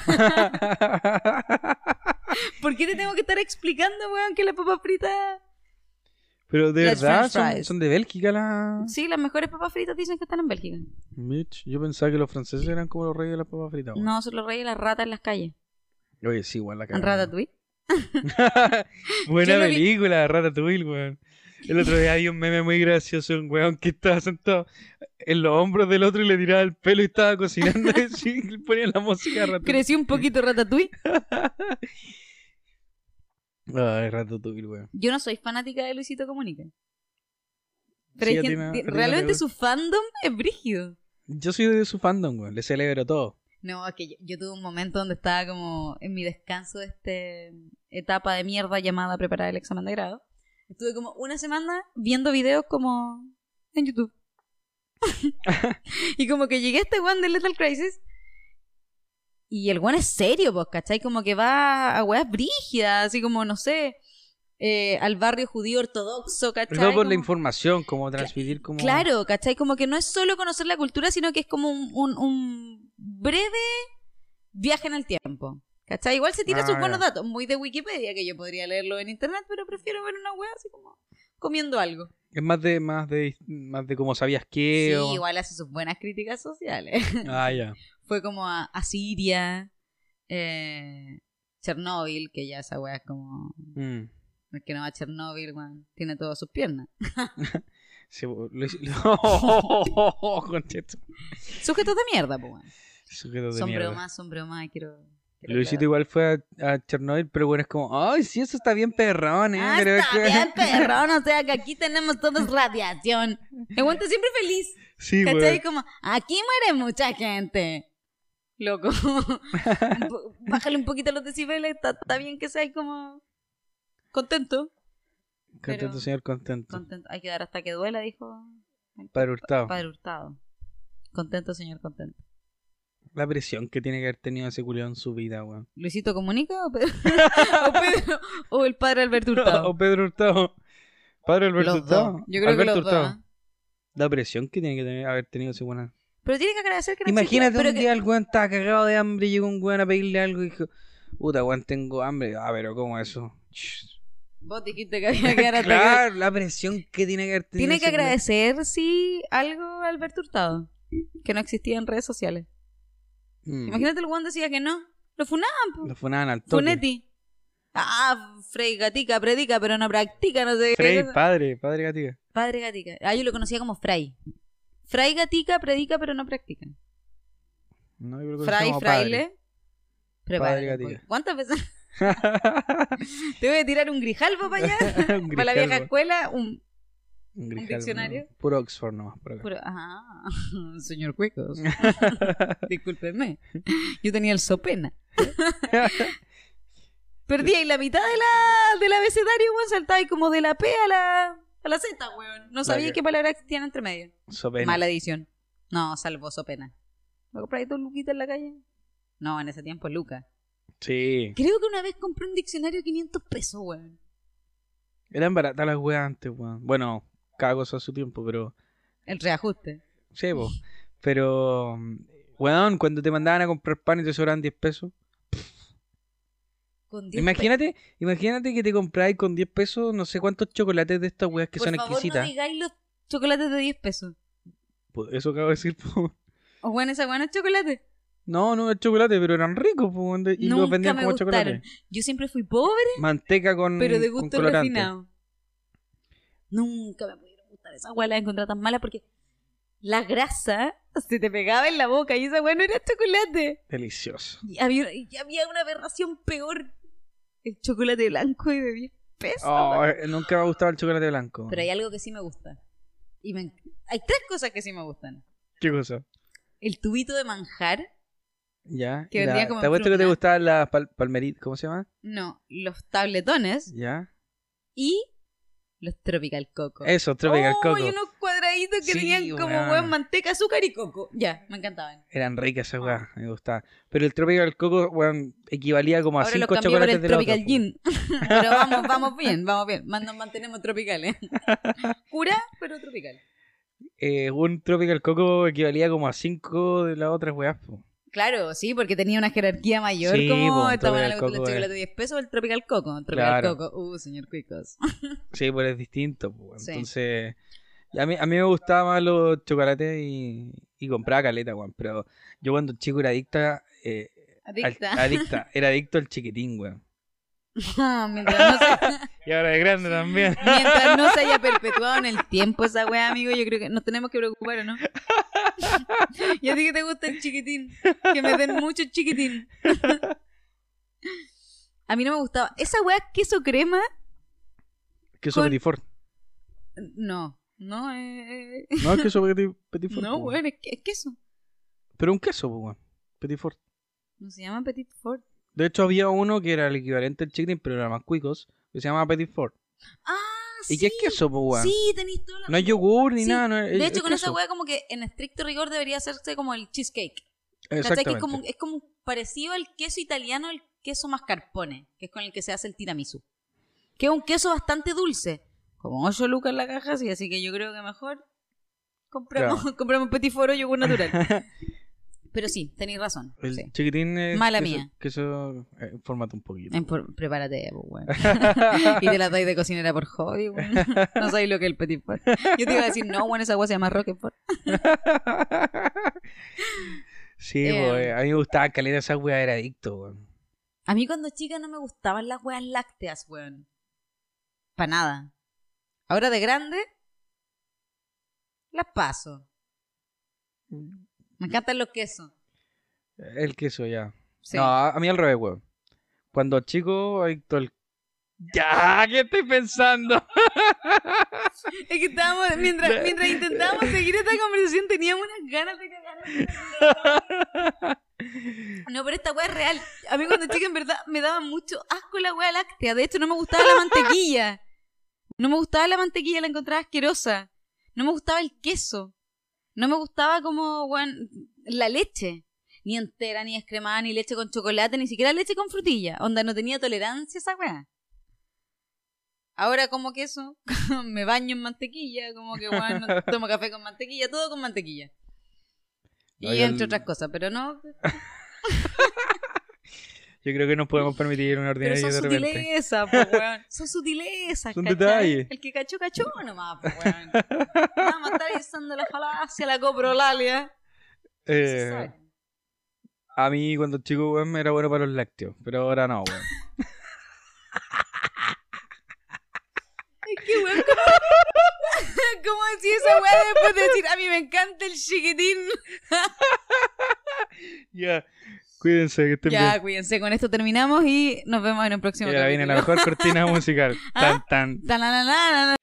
¿Por qué te tengo que estar explicando, weón, que las papas fritas... Pero de Las verdad French fries. son de Bélgica las... Sí, las mejores papas fritas dicen que están en Bélgica. Mitch, yo pensaba que los franceses eran como los reyes de las papas fritas, weón. No, son los reyes de las ratas en las calles. Oye, sí, igual la En cagada. Ratatouille. Buena Yo lo vi- película, Ratatouille, weón. El otro día vi un meme muy gracioso, un weón que estaba sentado en los hombros del otro y le tiraba el pelo y estaba cocinando y sí, le ponía la música a Ratatouille. Creció un poquito Ratatouille. Ay, Ratatouille, weón. Yo no soy fanática de Luisito Comunica. Pero Sí, hay a ti gente, no- a ti no te realmente gusta. su fandom es brígido. Yo soy de su fandom, weón. Le celebro todo. No, es que yo tuve un momento donde estaba como en mi descanso de esta etapa de mierda llamada preparar el examen de grado. Estuve como una semana viendo videos como en YouTube. Y como que llegué a este one de Lethal Crisis y el one es serio, pues, ¿cachai? Como que va a weas brígidas, así como, no sé, al barrio judío ortodoxo, ¿cachai? Pero por la Como- información, como transmitir como... Claro, ¿cachai? Como que no es solo conocer la cultura, sino que es como un breve viaje en el tiempo. ¿Cachai? Igual se tira Ah, sus buenos ya. datos, muy de Wikipedia, que yo podría leerlo en internet, pero prefiero ver una wea así como comiendo algo. Es más de cómo sabías qué. Sí, igual hace sus buenas críticas sociales. Ah, ya. Fue como a Siria, Chernóbil, que ya esa weá es como... Mm. El que no va a Chernóbil, weón, tiene todas sus piernas. Sí, concheto. Sujetos de mierda, pues, weón. Sujetos de Sombrero mierda. más, quiero Luisito igual fue a Chernobyl, pero bueno, es como, ay, sí, eso está bien perrón, Ah, pero es está que... bien, perrón, o sea que aquí tenemos todos radiación. Me aguanta siempre feliz. Sí, ¿Cachai? güey. Como, aquí muere mucha gente. Loco. Bájale un poquito los decibeles, está bien que sea ahí como contento. Contento, pero- señor, contento. Contento. Hay que dar hasta que duela, dijo el Padre Hurtado. Padre Hurtado. Contento, señor, contento. La presión que tiene que haber tenido ese culiao en su vida, weón. ¿Luisito Comunica o Pedro? ¿O el padre Alberto Hurtado? O Pedro Hurtado. Padre Alberto Los Hurtado. dos. Yo creo Alberto que los Hurtado. dos. ¿Eh? La presión que tiene que haber tenido ese weón. Pero tiene que agradecer que no Imagínate existía, pero un día el weón estaba cagado de hambre y llegó un weón a pedirle algo y dijo, puta weón, tengo hambre. Ah, pero ¿cómo eso? Vos dijiste que había que dar hasta que... Claro, la presión que tiene que haber tenido. Tiene que ese culiao. agradecer, sí, algo a Alberto Hurtado. Que no existía en redes sociales. Imagínate el weón decía que no. Lo funaban, po. Lo funaban al toque. Funetti. Ah, Frey Gatica predica, pero no practica, no sé qué Frey, cosa. padre Gatica. Padre Gatica. Ah, yo lo conocía como Fray. Fray Gatica predica, pero no practica. No, yo creo que Fray, se llama padre. fraile. Prepárate. Gatica. ¿Cuántas veces? Te voy a tirar un grijalvo para allá. Un Para la vieja grijalvo. escuela, Un grijalvo, diccionario. no. Puro Oxford nomás, por acá. Ajá, señor Cuecos. Discúlpeme. Yo tenía el sopena. Perdí ahí la mitad del abecedario, weón. Saltaba ahí como de la P a la Z, weón. No sabía Vaya. qué palabras existían entre medio. Sopena. Mala edición. No, salvo sopena. ¿Me compráis dos luquitas en la calle? No, en ese tiempo Luca. Sí. Creo que una vez compré un diccionario de 500 pesos, weón. Eran baratas las weas antes, weón. Bueno, cada cosa a su tiempo, pero... El reajuste. Sí, po. Pero... Weón, cuando te mandaban a comprar pan y te sobraban 10 pesos. Con 10 Imagínate que te compráis con 10 pesos no sé cuántos chocolates de estas weas que Por son favor, exquisitas. no digáis los chocolates de 10 pesos. Pues eso acabo de decir, po. O bueno, esa buena chocolate. No es chocolate, pero eran ricos, po. Y los Nunca vendían me como gustaron. chocolate. Yo siempre fui pobre, Manteca con pero de con gusto colorante. refinado. Nunca me pudieron gustar esas weas, las encontré tan malas porque la grasa se te pegaba en la boca y esa wea no era chocolate. Delicioso. Y había una aberración peor. El chocolate blanco y de 10 pesos. Oh, nunca me ha gustado el chocolate blanco. Pero hay algo que sí me gusta. Hay 3 cosas que sí me gustan. ¿Qué cosa? El tubito de manjar. Ya. Que y vendría como ¿te en apuesto que te fruta? gustaban las palmeritas? ¿Cómo se llama? No, los tabletones. Ya. Y los tropical coco. Eso, Tropical Oh, Coco. y unos cuadraditos que Sí, tenían como weón. weón, manteca, azúcar y coco. Ya, me encantaban. Eran ricas esas weas, me gustaban. Pero el Tropical Coco, weón, equivalía como a Ahora los 5 cambié por chocolates el de la tropical otra, gin. Pero vamos bien. Nos mantenemos tropicales. Cura, pero tropical. Un Tropical Coco equivalía como a 5 de las otras weas, po. Claro, sí, porque tenía una jerarquía mayor. Sí, Como po, esta buena le Tropical gusta el Coco chocolate de 10 pesos o el tropical coco. Tropical Claro. coco. Señor Cuicos. Sí, pues es distinto, po. Sí. Entonces, y a mí me gustaban más los chocolates y compraba caleta, weón. Pero yo cuando chico era adicta, era adicto al chiquitín, weón. Mientras Y ahora de grande también. no se haya perpetuado en el tiempo esa wea, amigo, yo creo que nos tenemos que preocupar, ¿o no? ¿Y a ti que te gusta el chiquitín? Que me den mucho chiquitín. A mí no me gustaba. Esa wea queso crema, Queso Con- Petit Fort. no. No, es queso Petit Fort. No, po, weón, es queso. Pero un queso, po, weón. Petit Fort. No se llama Petit Fort. De hecho, había uno que era el equivalente al chiquitín, pero era más cuicos, que se llama Petit Fort. Ah, ¿Y qué es queso, po, weón? Sí, tenéis toda la No es yogur ni Sí. nada. No es, De es hecho, con esa queso. wea como que en estricto rigor debería hacerse como el cheesecake. ¿Cachai? Exactamente. Que es como parecido al queso italiano, el queso mascarpone, que es con el que se hace el tiramisú. Que es un queso bastante dulce. Como 8 lucas en la caja, sí, así que yo creo que mejor compramos Petit Fort o yogur natural. Pero sí, tenéis razón. El Sí. chiquitín es Mala queso, mía. queso, fórmate un poquito. Prepárate, pues, weón. Y te la dais de cocinera por hobby, weón. No sabéis lo que es el petit pot. Yo te iba a decir, no, bueno, esa agua se llama Roquefort. Sí, Eh, pues, a mí me gustaba caleta esa weá, era adicto, weón. A mí cuando chica no me gustaban las weas lácteas, weón. Para nada. Ahora de grande, las paso. Me encantan los quesos. El queso, ya. Sí. No, a mí al revés, weón. Cuando chico, adicto al... ¡Ya! ¿Qué estoy pensando? Es que estábamos, mientras intentábamos seguir esta conversación, teníamos unas ganas de cagar. No, pero esta wea es real. A mí cuando chica en verdad me daba mucho asco la wea láctea. De hecho, no me gustaba la mantequilla. No me gustaba la mantequilla, la encontraba asquerosa. No me gustaba el queso. No me gustaba como, weón, la leche. Ni entera, ni descremada, ni leche con chocolate, ni siquiera leche con frutilla. Onda, no tenía tolerancia a esa weá. Ahora como queso, me baño en mantequilla, como que, weón, tomo café con mantequilla, todo con mantequilla. Y Ay, entre otras cosas, pero no... Yo creo que nos podemos permitir una Pero ordinaria son de repente. sutilezas, po, weón. Son sutilezas, Son ¿cachai? detalles. El que cachó, cachó nomás, po, weón. Vamos a estar usando la falacia, la coprolalia. Eh, a mí cuando chico, weón, me era bueno para los lácteos, pero ahora no, weón. Es que, weón, ¿cómo decir esa weá después de decir, a mí me encanta el chiquitín? Ya, cuídense, que estén Ya, bien. cuídense, con esto terminamos y nos vemos en un próximo Y ahora viene la capítulo. mejor cortina musical. ¿Ah? Tan, tan. Tananana.